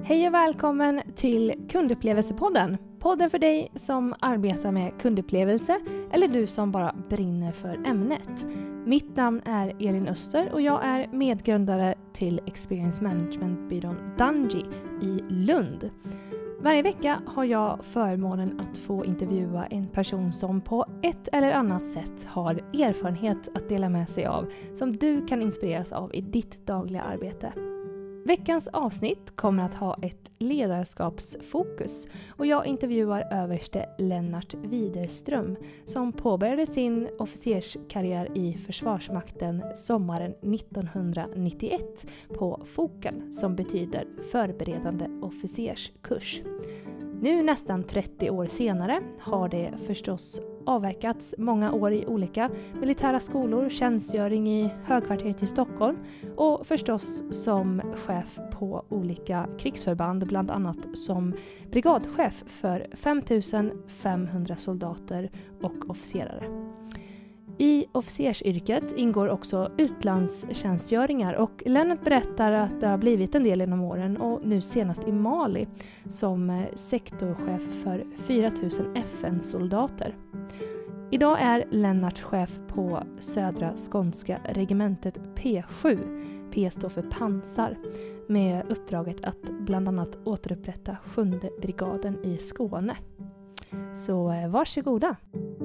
Hej och välkommen till Kundupplevelsepodden. Podden för dig som arbetar med kundupplevelse eller du som bara brinner för ämnet. Mitt namn är Elin Öster och jag är medgrundare till Experience Management-byrån Dungy i Lund. Varje vecka har jag förmånen att få intervjua en person som på ett eller annat sätt har erfarenhet att dela med sig av som du kan inspireras av i ditt dagliga arbete. Veckans avsnitt kommer att ha ett ledarskapsfokus och jag intervjuar överste Lennart Widerström som påbörjade sin officerskarriär i Försvarsmakten sommaren 1991 på FOKen som betyder förberedande officerskurs. Nu nästan 30 år senare har det förstås avverkats många år i olika militära skolor, tjänstgöring i högkvarteret i Stockholm och förstås som chef på olika krigsförband, bland annat som brigadchef för 5500 soldater och officerare. I officersyrket ingår också utlandstjänstgöringar och Lennart berättar att det har blivit en del genom åren och nu senast i Mali som sektorchef för 4000 FN-soldater. Idag är Lennart chef på Södra Skånska regementet P7, P står för pansar, med uppdraget att bland annat återupprätta 7:e brigaden i Skåne. Så varsågoda!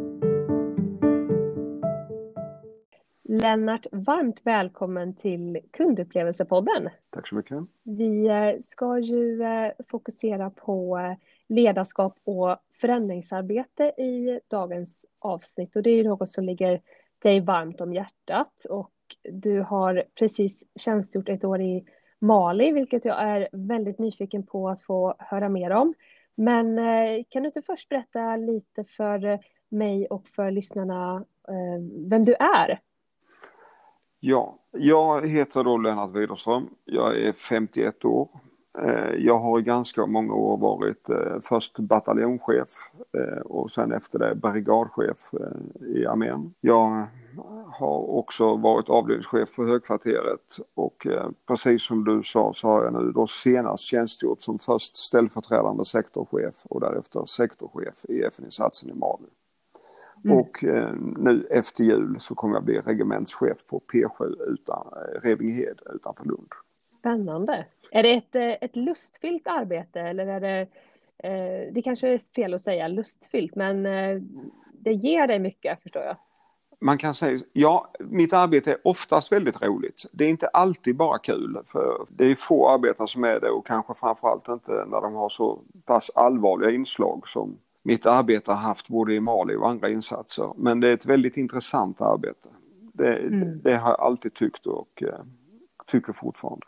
Lennart, varmt välkommen till Kundupplevelsepodden. Tack så mycket. Vi ska ju fokusera på ledarskap och förändringsarbete i dagens avsnitt. Och det är ju något som ligger dig varmt om hjärtat. Och du har precis tjänstgjort ett år i Mali, vilket jag är väldigt nyfiken på att få höra mer om. Men kan du inte först berätta lite för mig och för lyssnarna vem du är? Ja, jag heter då Lennart Widerström. Jag är 51 år. Jag har i ganska många år varit först bataljonschef och sen efter det brigadchef i armén. Jag har också varit avdelningschef på högkvarteret och precis som du sa så har jag nu då senast tjänstgjort som först ställföreträdande sektorchef och därefter sektorchef i FN-insatsen i Mali. Och nu efter jul så kommer jag bli regementschef på P7 Revingehed utanför Lund. Spännande. Är det ett lustfyllt arbete eller är det kanske är fel att säga lustfyllt, men det ger dig mycket, förstår jag. Man kan säga, ja, mitt arbete är oftast väldigt roligt. Det är inte alltid bara kul, för det är få arbetare som är det och kanske framförallt inte när de har så pass allvarliga inslag som mitt arbete har haft både i Mali och andra insatser. Men det är ett väldigt intressant arbete. Det har jag alltid tyckt och tycker fortfarande.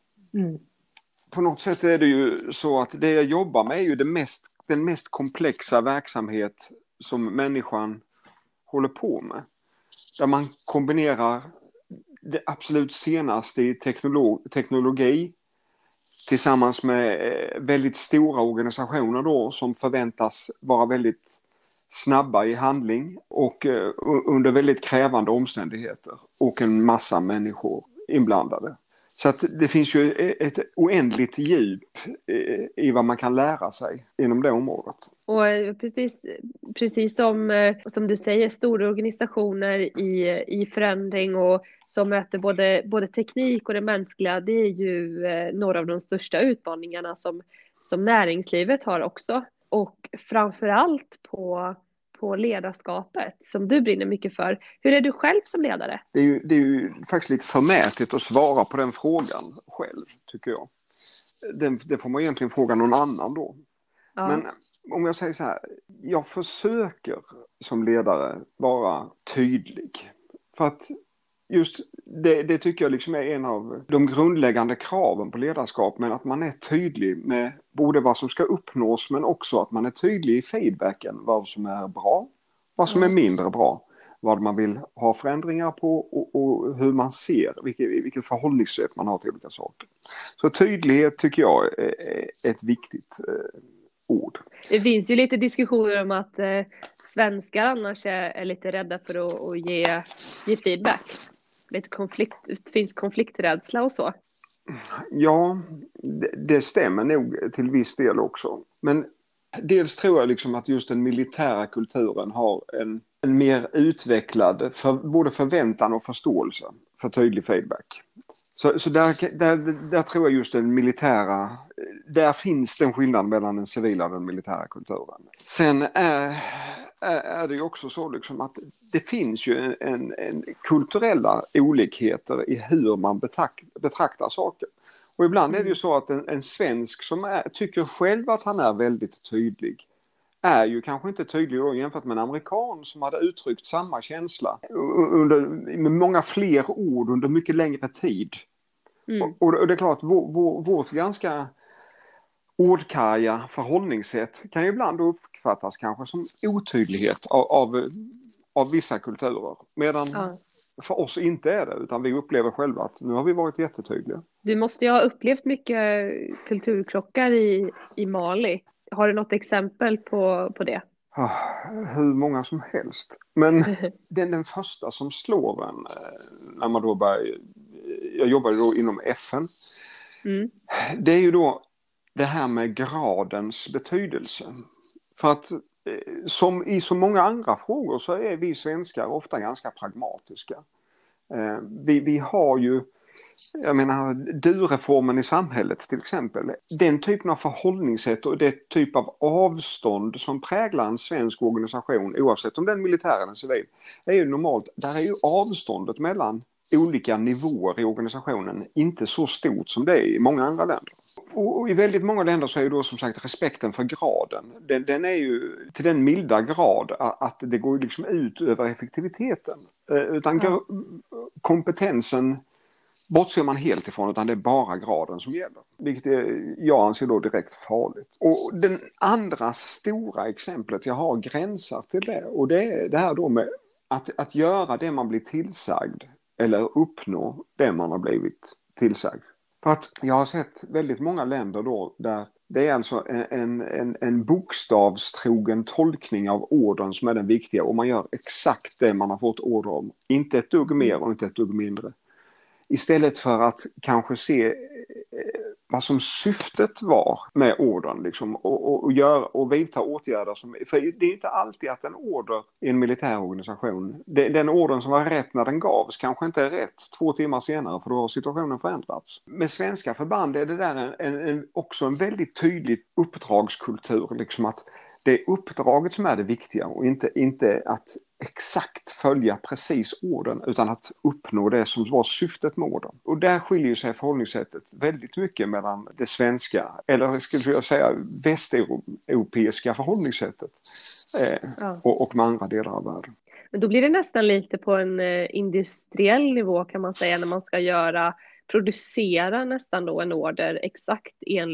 På något sätt är det ju så att det jag jobbar med är ju den mest komplexa verksamhet som människan håller på med. Där man kombinerar det absolut senaste i teknologi tillsammans med väldigt stora organisationer då som förväntas vara väldigt snabba i handling och under väldigt krävande omständigheter och en massa människor inblandade. Så att det finns ju ett oändligt djup i vad man kan lära sig inom det området. Och precis som du säger, stora organisationer i förändring och som möter både teknik och det mänskliga, det är ju några av de största utmaningarna som näringslivet har också. Och framförallt på ledarskapet som du brinner mycket för. Hur är du själv som ledare? Det är ju faktiskt lite förmätet att svara på den frågan själv, tycker jag. Det får man egentligen fråga någon annan då. Ja. Men om jag säger så här, jag försöker som ledare vara tydlig. För att just det tycker jag liksom är en av de grundläggande kraven på ledarskap, men att man är tydlig med både vad som ska uppnås men också att man är tydlig i feedbacken, vad som är bra, vad som är mindre bra, vad man vill ha förändringar på och hur man ser, vilket förhållningssätt man har till olika saker. Så tydlighet tycker jag är ett viktigt ord. Det finns ju lite diskussioner om att svenskar annars är lite rädda för att ge feedback. Det finns konflikträdsla och så. Ja, det stämmer nog till viss del också. Men dels tror jag liksom att just den militära kulturen har en mer utvecklad både förväntan och förståelse för tydlig feedback. Så där tror jag just den militära, där finns den skillnad mellan den civila och den militära kulturen. Sen är det ju också så liksom att det finns ju en kulturella olikheter i hur man betraktar saker. Och ibland är det ju så att en svensk som tycker själv att han är väldigt tydlig är ju kanske inte tydlig då jämfört med en amerikan som hade uttryckt samma känsla med många fler ord under mycket längre tid. Och det är klart, vårt ganska ordkarga förhållningssätt kan ju ibland uppfattas kanske som otydlighet av vissa kulturer. Medan för oss inte är det, utan vi upplever själva att nu har vi varit jättetydliga. Du måste ju ha upplevt mycket kulturkrockar i Mali. Har du något exempel på det? Hur många som helst. Men den första som slår en när man då jag jobbade då inom FN. Det är ju då det här med gradens betydelse. För att som i så många andra frågor så är vi svenskar ofta ganska pragmatiska. Vi har ju, jag menar, du-reformen i samhället till exempel. Den typen av förhållningssätt och det typ av avstånd som präglar en svensk organisation, oavsett om den är militär eller civil, är ju normalt, där är ju avståndet mellan olika nivåer i organisationen inte så stort som det är i många andra länder. Och i väldigt många länder så är ju då som sagt respekten för graden, den är ju till den milda grad att det går liksom ut över effektiviteten. Utan kompetensen bortser man helt ifrån, utan det är bara graden som gäller. Vilket jag anser då direkt farligt. Och den andra stora exemplet jag har gränsar till det. Och det är det här då med att göra det man blir tillsagd eller uppnå det man har blivit tillsagd. För att jag har sett väldigt många länder då där det är alltså en bokstavstrogen tolkning av orden som är den viktiga, och man gör exakt det man har fått order om. Inte ett dugg mer och inte ett dugg mindre. Istället för att kanske se vad som syftet var med orden liksom, och vidta åtgärder för det är inte alltid att en order i en militär organisation, den orden som var rätt när den gavs kanske inte är rätt 2 timmar senare, för då har situationen förändrats. Med svenska förband är det där också en väldigt tydlig uppdragskultur, liksom att det är uppdraget som är det viktiga och inte att exakt följa precis orden, utan att uppnå det som var syftet med orden. Och där skiljer sig förhållningssättet väldigt mycket mellan det svenska, eller skulle jag säga västeuropeiska förhållningssättet och med andra delar av världen. Men då blir det nästan lite på en industriell nivå kan man säga, när man ska producera nästan då en order exakt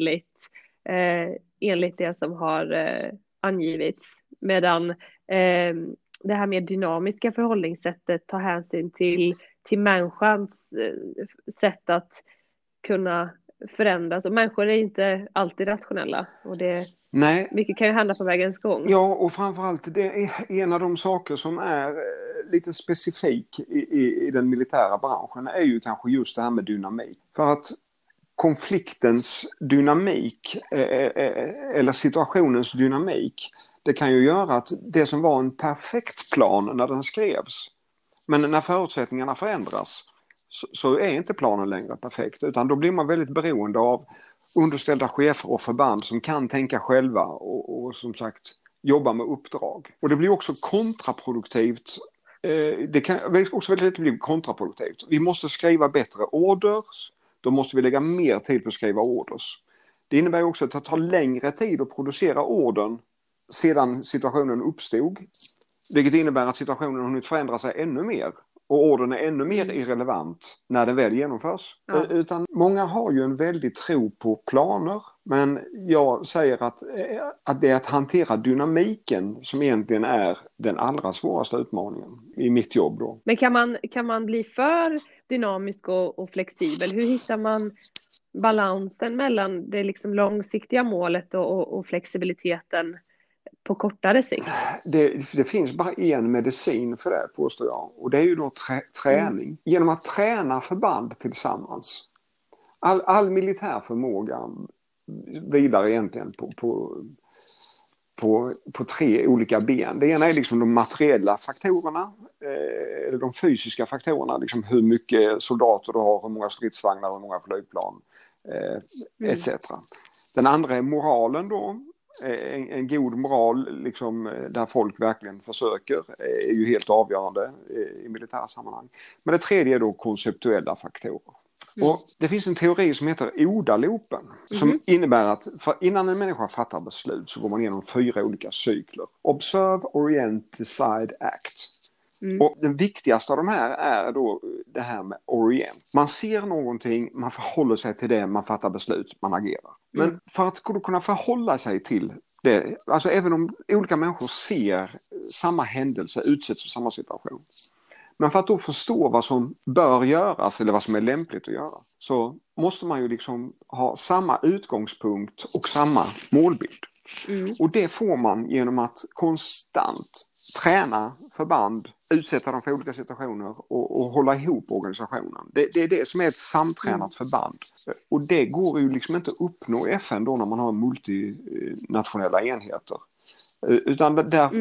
enligt det som har angivits, medan det här mer dynamiska förhållningssättet tar hänsyn till människans sätt att kunna förändras. Och människor är inte alltid rationella. Och mycket kan ju hända på vägens gång. Ja, och framförallt det är en av de saker som är lite specifik i den militära branschen är ju kanske just det här med dynamik. För att konfliktens dynamik eller situationens dynamik, det kan ju göra att det som var en perfekt plan när den skrevs, men när förutsättningarna förändras så är inte planen längre perfekt, utan då blir man väldigt beroende av underställda chefer och förband som kan tänka själva och som sagt jobba med uppdrag. Och det blir också kontraproduktivt. Det kan också väldigt bli kontraproduktivt. Vi måste skriva bättre orders, då måste vi lägga mer tid på att skriva orders. Det innebär också att det tar längre tid att producera ordern sedan situationen uppstod, vilket innebär att situationen har hunnit förändra sig ännu mer och ordern är ännu mer irrelevant när den väl genomförs. Ja. Utan många har ju en väldig tro på planer, men jag säger att det är att hantera dynamiken som egentligen är den allra svåraste utmaningen i mitt jobb då. Men kan man bli för dynamisk och flexibel? Hur hittar man balansen mellan det liksom långsiktiga målet och flexibiliteten på kortare sikt? Det finns bara en medicin för det, påstår jag. Och det är ju då träning. Genom att träna förband tillsammans. all militär förmåga vidare egentligen på tre olika ben. Det ena är liksom de materiella faktorerna, eller de fysiska faktorerna, liksom hur mycket soldater du har, hur många stridsvagnar, hur många flygplan, etc. Den andra är moralen då. En god moral liksom, där folk verkligen försöker är ju helt avgörande i militära sammanhang. Men det tredje är då konceptuella faktorer. Och det finns en teori som heter ODA-loopen som innebär att innan en människa fattar beslut så går man igenom 4 olika cykler. Observe, Orient, Decide, Act. Och den viktigaste av de här är då det här med orient. Man ser någonting, man förhåller sig till det, man fattar beslut, man agerar. Men för att kunna förhålla sig till det, alltså även om olika människor ser samma händelse, utsätts för samma situation. Men för att då förstå vad som bör göras eller vad som är lämpligt att göra, så måste man ju liksom ha samma utgångspunkt och samma målbild. Och det får man genom att konstant träna förband, utsätta dem för olika situationer och hålla ihop organisationen. Det är det som är ett samtränat förband. Och det går ju liksom inte att uppnå i FN då när man har multinationella enheter. Utan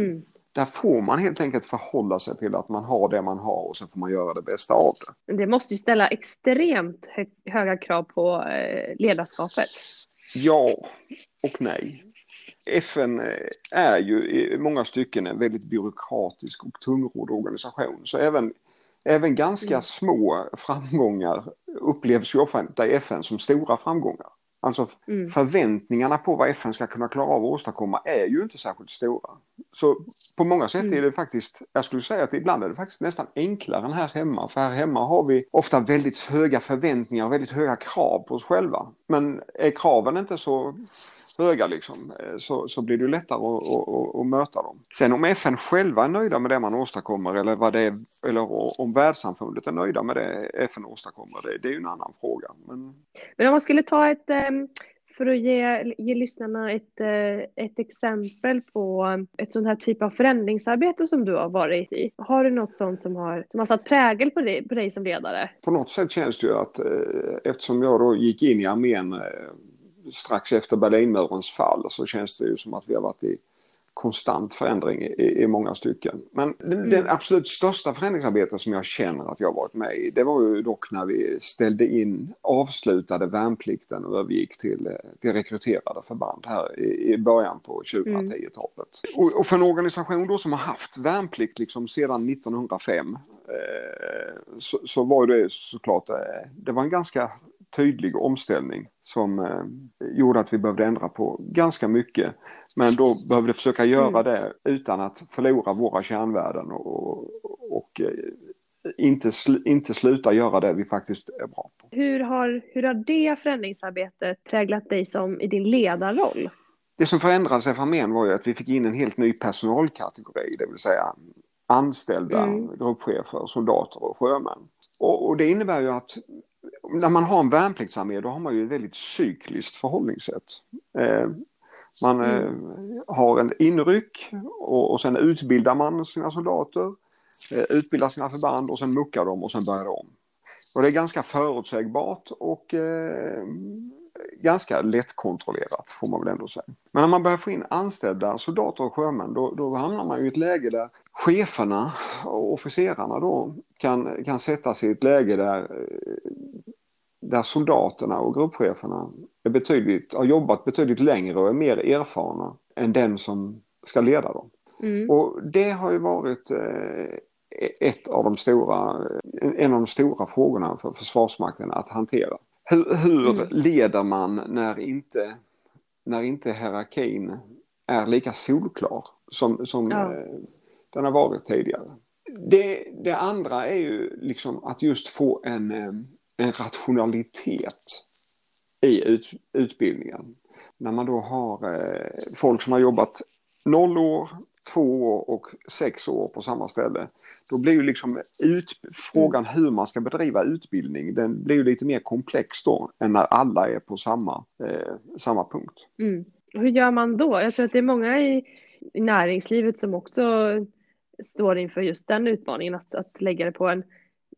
där får man helt enkelt förhålla sig till att man har det man har och så får man göra det bästa av det. Det måste ju ställa extremt höga krav på ledarskapet. Ja och nej. FN är ju i många stycken en väldigt byråkratisk och tungrodd organisation. Så även ganska små framgångar upplevs ju ofta i FN som stora framgångar. Alltså förväntningarna på vad FN ska kunna klara av att åstadkomma är ju inte särskilt stora. Så på många sätt är det faktiskt, jag skulle säga att ibland är det faktiskt nästan enklare än här hemma. För här hemma har vi ofta väldigt höga förväntningar och väldigt höga krav på oss själva. Men är kraven inte så höga liksom, så blir det lättare att möta dem. Sen om FN själva är nöjda med det man åstadkommer eller om världssamfundet är nöjda med det FN åstadkommer, det är ju en annan fråga. Men om man skulle ta för att ge lyssnarna ett exempel på ett sånt här typ av förändringsarbete som du har varit i. Har du något sånt som har satt prägel på dig som ledare? På något sätt känns det ju att eftersom jag då gick in i armén strax efter Berlinmurens fall, så känns det ju som att vi har varit i konstant förändring i många stycken. Men den absolut största förändringsarbetet som jag känner att jag har varit med i, det var ju dock när vi avslutade värnplikten och övergick till rekryterade förband här i början på 2010-talet. Och för en organisation då som har haft värnplikt liksom sedan 1905 så var det såklart, det var en ganska tydlig omställning som gjorde att vi behövde ändra på ganska mycket. Men då behövde vi försöka göra det utan att förlora våra kärnvärden och inte sluta göra det vi faktiskt är bra på. Hur har det förändringsarbetet präglat dig i din ledarroll? Det som förändrade sig för armén var ju att vi fick in en helt ny personalkategori, det vill säga anställda gruppchefer, soldater och sjömän. Och det innebär ju att när man har en värnpliktsarmé, då har man ju ett väldigt cykliskt förhållningssätt. Man har en inryck och sen utbildar man sina soldater, utbildar sina förband och sen muckar de och sen börjar de om. Och det är ganska förutsägbart och ganska lättkontrollerat får man väl ändå säga. Men när man börjar få in anställda soldater och sjömän, då hamnar man ju i ett läge där cheferna och officerarna då kan sätta sig i ett läge där soldaterna och gruppcheferna har jobbat betydligt längre och är mer erfarna än den som ska leda dem. Och det har ju varit en av de stora frågorna för Försvarsmakten att hantera. Hur leder man när inte hierarkin är lika solklar som den har varit tidigare? Det andra är ju liksom att just få en rationalitet i utbildningen. När man då har folk som har jobbat 0 år, 2 år och 6 år på samma ställe, då blir ju liksom frågan hur man ska bedriva utbildning, den blir ju lite mer komplex då än när alla är på samma punkt. Hur gör man då? Jag tror att det är många i näringslivet som också står inför just den utmaningen att lägga det på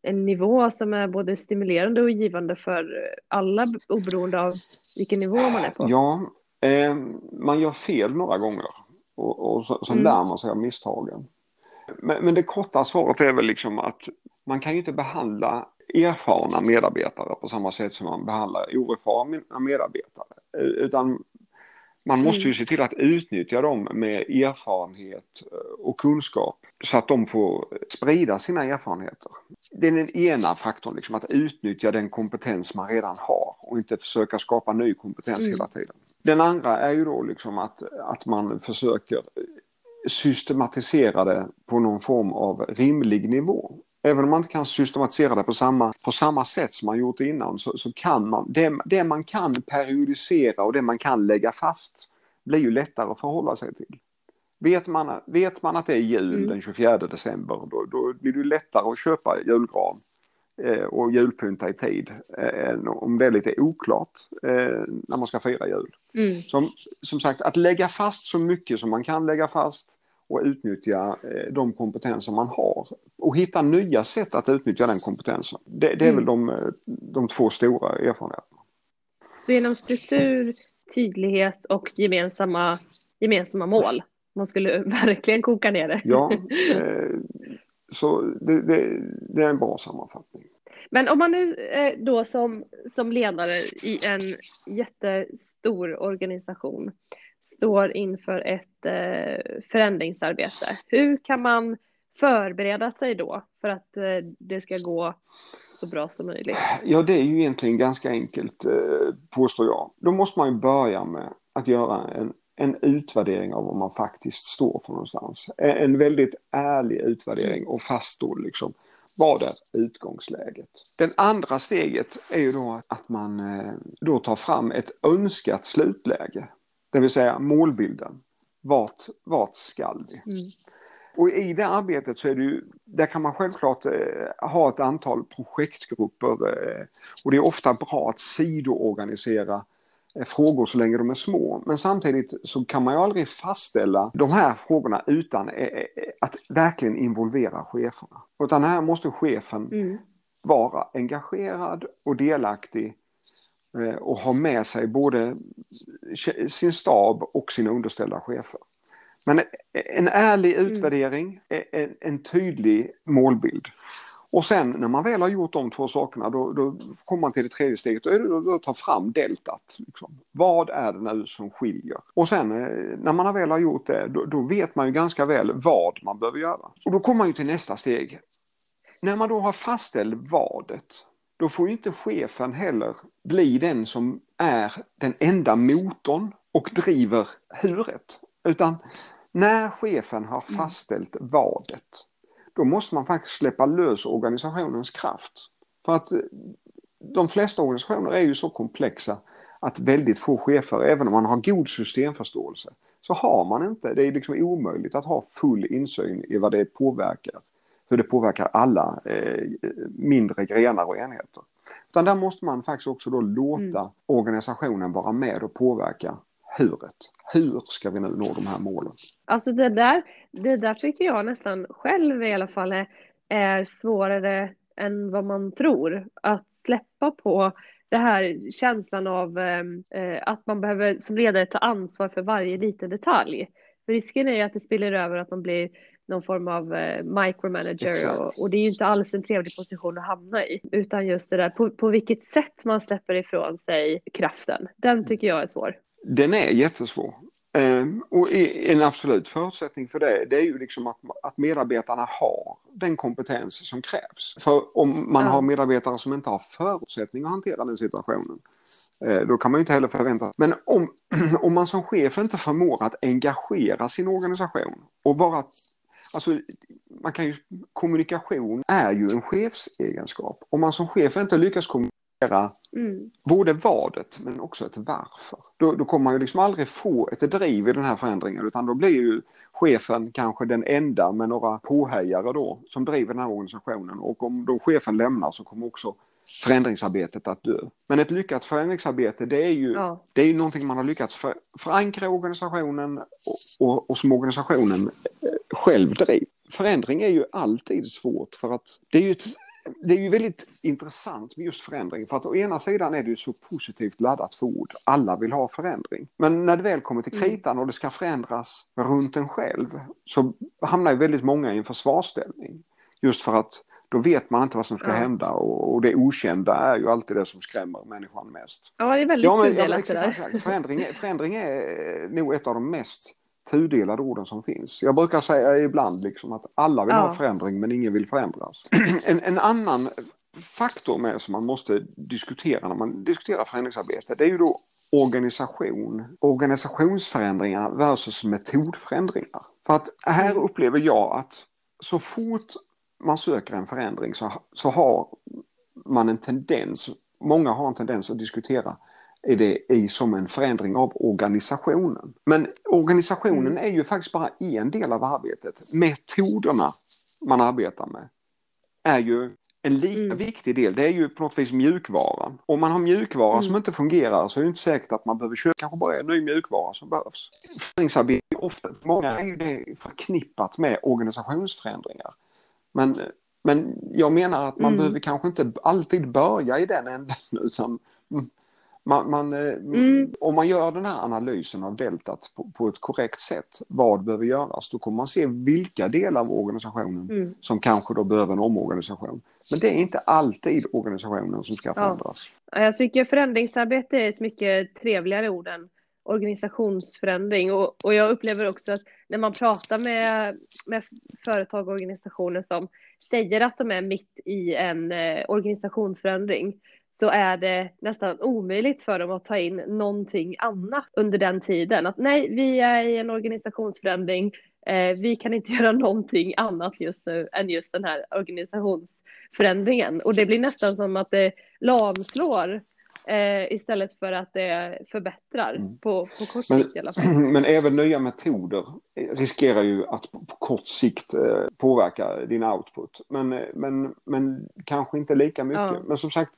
en nivå som är både stimulerande och givande för alla oberoende av vilken nivå man är på? Ja, man gör fel några gånger och så lär man sig av misstagen. Men det korta svaret är väl liksom att man kan ju inte behandla erfarna medarbetare på samma sätt som man behandlar oerfarna medarbetare. Utan man måste ju se till att utnyttja dem med erfarenhet och kunskap så att de får sprida sina erfarenheter. Det är den ena faktorn, liksom, att utnyttja den kompetens man redan har och inte försöka skapa ny kompetens hela tiden. Den andra är ju då liksom att man försöker systematisera det på någon form av rimlig nivå. Även om man inte kan systematisera det på samma sätt som man gjort innan så kan man, det man kan periodisera och det man kan lägga fast blir ju lättare att förhålla sig till. Vet man att det är jul den 24 december då blir det lättare att köpa julgran och julpynta i tid om det är lite oklart när man ska fira jul. Som sagt, att lägga fast så mycket som man kan lägga fast och utnyttja de kompetenser man har och hitta nya sätt att utnyttja den kompetensen. Det är väl de två stora erfarenheterna. Så genom struktur, tydlighet och gemensamma mål. Man skulle verkligen koka ner det. Ja, så det är en bra sammanfattning. Men om man nu då som ledare i en jättestor organisation står inför ett förändringsarbete, hur kan man förbereda sig då för att det ska gå så bra som möjligt? Ja, det är ju egentligen ganska enkelt, påstår jag. Då måste man ju börja med att göra en utvärdering av vad man faktiskt står för någonstans. En väldigt ärlig utvärdering och faststå liksom vad är utgångsläget. Det andra steget är ju då att man då tar fram ett önskat slutläge. Det vill säga målbilden. Vart ska vi? Och i det arbetet så är det ju, där kan man självklart ha ett antal projektgrupper och det är ofta bra att sidoorganisera frågor så länge de är små. Men samtidigt så kan man ju aldrig fastställa de här frågorna utan att verkligen involvera cheferna. Utan här måste chefen vara engagerad och delaktig och ha med sig både sin stab och sina underställda chefer. Men en ärlig utvärdering, en tydlig målbild. Och sen när man väl har gjort de två sakerna då kommer man till det tredje steget. Då är det att ta fram deltat. Liksom. Vad är det nu som skiljer? Och sen när man väl har gjort det då vet man ju ganska väl vad man behöver göra. Och då kommer man ju till nästa steg. När man då har fastställt vadet då får ju inte chefen heller bli den som är den enda motorn och driver huret. Utan när chefen har fastställt vadet då måste man faktiskt släppa lös organisationens kraft. För att de flesta organisationer är ju så komplexa att väldigt få chefer, även om man har god systemförståelse, så har man inte. Det är liksom omöjligt att ha full insyn i vad det påverkar. Hur det påverkar alla mindre grenar och enheter. Utan där måste man faktiskt också då låta organisationen vara med och påverka huret. Hur ska vi nu nå de här målen? Alltså det där tycker jag nästan själv i alla fall är svårare än vad man tror. Att släppa på det här känslan av att man behöver som ledare ta ansvar för varje liten detalj. För risken är ju att det spiller över att man blir någon form av micromanager och det är ju inte alls en trevlig position att hamna i. Utan just det där på vilket sätt man släpper ifrån sig kraften. Den tycker jag är svår. Den är jättesvår. Och en absolut förutsättning för det är ju liksom att medarbetarna har den kompetens som krävs. För om man har medarbetare som inte har förutsättning att hantera den situationen, då kan man ju inte heller förvänta. Men om man som chef inte förmår att engagera sin organisation och vara, alltså kommunikation är ju en chefsegenskap. Om man som chef inte lyckas kommunicera både vadet men också ett varför. Då kommer man ju liksom aldrig få ett driv i den här förändringen, utan då blir ju chefen kanske den enda med några påhejare då som driver den här organisationen, och om då chefen lämnar så kommer också förändringsarbetet att dö. Men ett lyckat förändringsarbete det är ju någonting man har lyckats förankra organisationen och som organisationen själv driver. Förändring är ju alltid svårt för att det är ju det är ju väldigt intressant med just förändring. För att å ena sidan är det ju så positivt laddat för ord. Alla vill ha förändring. Men när det väl kommer till kritan och det ska förändras runt en själv, så hamnar ju väldigt många i en försvarsställning. Just för att då vet man inte vad som ska hända, och det okända är ju alltid det som skrämmer människan mest. Ja, det är väldigt tudelat det där. Förändring är nog ett av de mest tudelade orden som finns. Jag brukar säga ibland liksom att alla vill ha förändring, men ingen vill förändras. En annan faktor med som man måste diskutera när man diskuterar förändringsarbete, det är ju då organisationsförändringar versus metodförändringar. För att här upplever jag att så fort man söker en förändring så har man en tendens, många har en tendens att diskutera är det som en förändring av organisationen. Men organisationen är ju faktiskt bara en del av arbetet. Metoderna man arbetar med är ju en lika viktig del. Det är ju på något vis mjukvaran. Om man har mjukvara som inte fungerar, så är det inte säkert att man behöver köpa kanske bara en ny mjukvara som behövs. Förändringsarbete är ofta, många är ju det förknippat med organisationsförändringar. Men jag menar att man behöver kanske inte alltid börja i den änden, utan om man gör den här analysen av deltat på ett korrekt sätt, vad behöver göras, då kommer man se vilka delar av organisationen som kanske då behöver en omorganisation. Men det är inte alltid organisationen som ska förändras. Ja, jag tycker förändringsarbete är ett mycket trevligare ord än organisationsförändring. Och jag upplever också att när man pratar med företag och organisationer som säger att de är mitt i en organisationsförändring, så är det nästan omöjligt för dem att ta in någonting annat under den tiden. Att nej, vi är i en organisationsförändring, vi kan inte göra någonting annat just nu än just den här organisationsförändringen. Och det blir nästan som att det lamslår istället för att det förbättrar på kort sikt i alla fall. Men även nya metoder riskerar ju att på kort sikt påverka din output. Men kanske inte lika mycket. Ja. Men som sagt,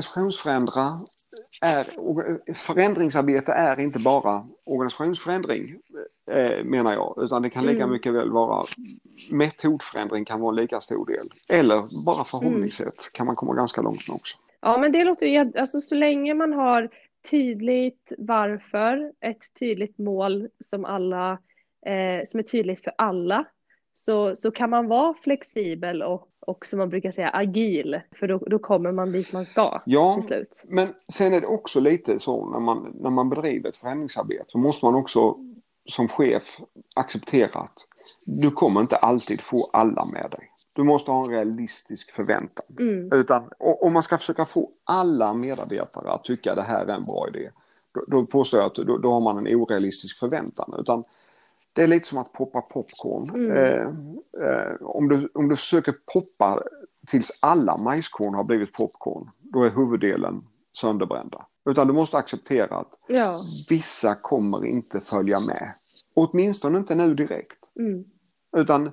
förändringsarbete är inte bara organisationsförändring, menar jag. Utan det kan lika mycket väl vara metodförändring, kan vara en lika stor del. Eller bara förhållningssätt kan man komma ganska långt med också. Ja, men det låter ju, alltså så länge man har tydligt varför, ett tydligt mål som är tydligt för alla, så kan man vara flexibel och som man brukar säga agil, för då kommer man dit man ska till slut. Men sen är det också lite så när man bedriver ett förändringsarbete, så måste man också som chef acceptera att du kommer inte alltid få alla med dig. Du måste ha en realistisk förväntan. Utan om man ska försöka få alla medarbetare att tycka det här är en bra idé, då påstår jag att då har man en orealistisk förväntan. Utan det är lite som att poppa popcorn. Om du försöker poppa tills alla majskorn har blivit popcorn, då är huvuddelen sönderbrända. Utan du måste acceptera att vissa kommer inte följa med. Åtminstone inte nu direkt. Utan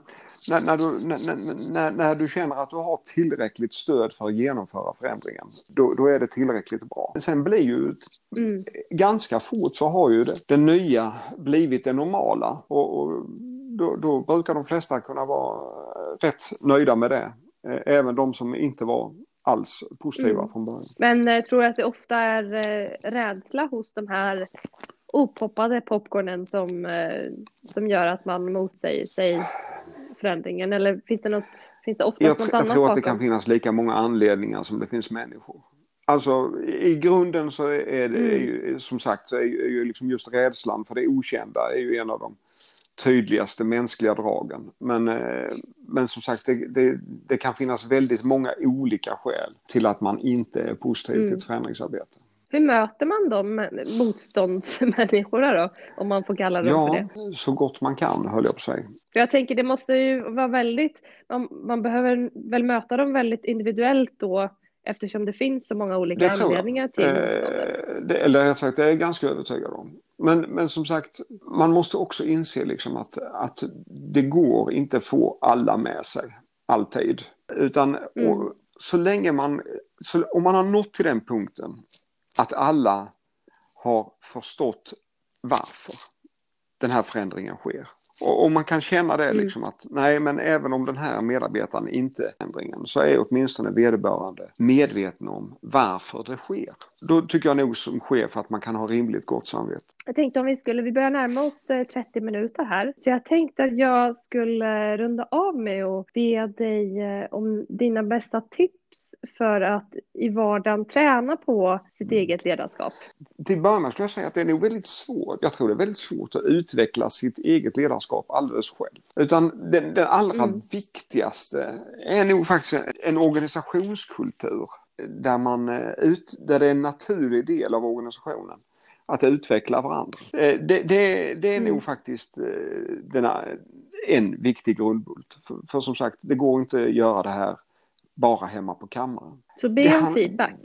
när du känner att du har tillräckligt stöd för att genomföra förändringen, då är det tillräckligt bra. Sen blir ju ganska fort så har ju det nya blivit det normala, och då brukar de flesta kunna vara rätt nöjda med det. Även de som inte var alls positiva från början. Men tror jag att det ofta är rädsla hos de här opoppade popcornen som gör att man motsäger sig förändringen, eller finns det ofta något annat? Jag tror att det kan finnas lika många anledningar som det finns människor. Alltså i grunden så är det ju, som sagt, så är ju liksom just rädslan för det okända är ju en av de tydligaste mänskliga dragen. Men som sagt, det kan finnas väldigt många olika skäl till att man inte är positiv till ett förändringsarbete. Hur möter man de motståndsmänniskorna då, om man får kalla dem för det? Ja, så gott man kan, höll jag på att säga. Jag tänker det måste ju vara väldigt, man behöver väl möta dem väldigt individuellt då, eftersom det finns så många olika anledningar till motståndet. Det är jag ganska övertygad om. Men som sagt, man måste också inse liksom att det går inte att få alla med sig, alltid. Utan så länge om man har nått till den punkten att alla har förstått varför den här förändringen sker, Och man kan känna det liksom att nej, men även om den här medarbetaren inte ändringen, så är åtminstone vederbörande medveten om varför det sker. Då tycker jag nog som chef att man kan ha rimligt gott samvete. Jag tänkte om vi börjar närma oss 30 minuter här. Så jag tänkte att jag skulle runda av med och be dig om dina bästa tips för att i vardagen träna på sitt eget ledarskap. Till början skulle jag säga att det är nog väldigt svårt. Jag tror det är väldigt svårt att utveckla sitt eget ledarskap alldeles själv. Utan den allra viktigaste är nog faktiskt en organisationskultur där det är en naturlig del av organisationen att utveckla varandra. Det är nog faktiskt en viktig grundbult. För som sagt, det går inte att göra det här bara hemma på kammaren. Så be om feedback.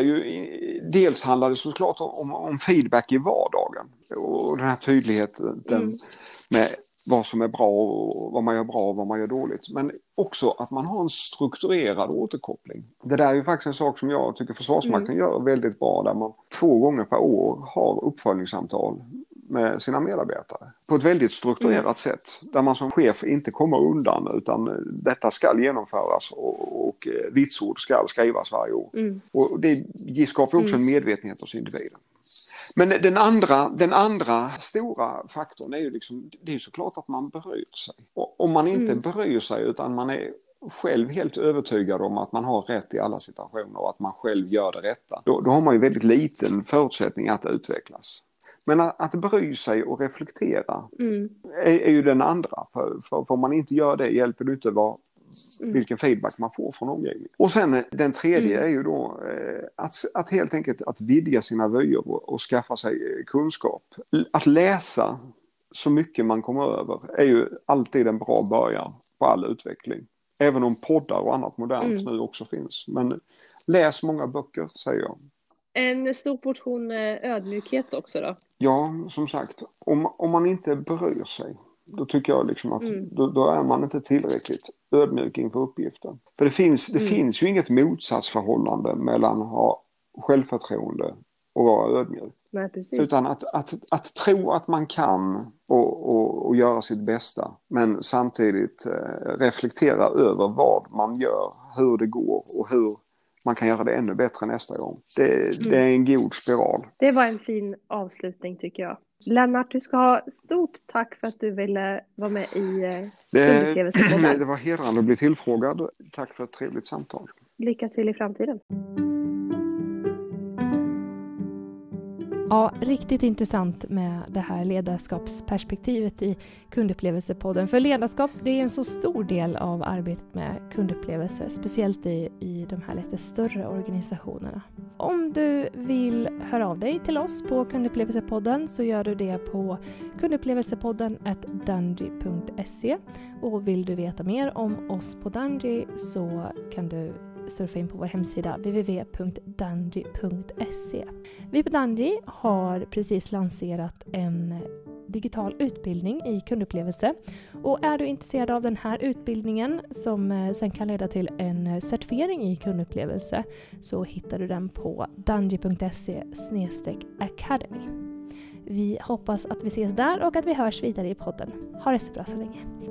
Dels handlar det såklart om feedback i vardagen. Och den här tydligheten med vad som är bra och vad man gör bra och vad man gör dåligt. Men också att man har en strukturerad återkoppling. Det där är ju faktiskt en sak som jag tycker Försvarsmakten gör väldigt bra. Där man 2 gånger per år har uppföljningssamtal med sina medarbetare. På ett väldigt strukturerat sätt. Där man som chef inte kommer undan utan detta ska genomföras och vitsord ska skrivas varje år. Och det skapar också en medvetenhet hos individen. Men den andra stora faktorn är ju liksom, det är såklart att man bryr sig. Och om man inte bryr sig utan man är själv helt övertygad om att man har rätt i alla situationer och att man själv gör det rätta. Då har man ju väldigt liten förutsättning att utvecklas. Men att bry sig och reflektera är ju den andra. För om man inte gör det hjälper det inte vilken feedback man får från omgivningen. Och sen den tredje är ju då att helt enkelt att vidga sina vyer och skaffa sig kunskap. Att läsa så mycket man kommer över är ju alltid en bra början på all utveckling. Även om poddar och annat modernt nu också finns. Men läs många böcker, säger jag. En stor portion ödmjukhet också då? Ja, som sagt. Om man inte bryr sig, då tycker jag liksom att då är man inte tillräckligt ödmjuk inför uppgiften. För det finns ju inget motsatsförhållande mellan att ha självförtroende och vara ödmjuk. Nej, precis. Utan att tro att man kan och göra sitt bästa, men samtidigt reflektera över vad man gör, hur det går och hur man kan göra det ännu bättre nästa gång. Det är en god spiral. Det var en fin avslutning tycker jag. Lennart, du ska ha stort tack för att du ville vara med i Kundupplevelsepodden. Det var hedrande att bli tillfrågad. Tack för ett trevligt samtal. Lycka till i framtiden. Ja, riktigt intressant med det här ledarskapsperspektivet i Kundupplevelsepodden. För ledarskap, det är en så stor del av arbetet med kundupplevelse, speciellt i de här lite större organisationerna. Om du vill höra av dig till oss på Kundupplevelsepodden så gör du det på kundupplevelsepodden@dundry.se. Och vill du veta mer om oss på Dundry så kan du surfa in på vår hemsida www.dundry.se. Vi på Dundry har precis lanserat en digital utbildning i kundupplevelse. Och är du intresserad av den här utbildningen som sen kan leda till en certifiering i kundupplevelse så hittar du den på dundry.se/academy. Vi hoppas att vi ses där och att vi hörs vidare i podden. Ha det så bra så länge.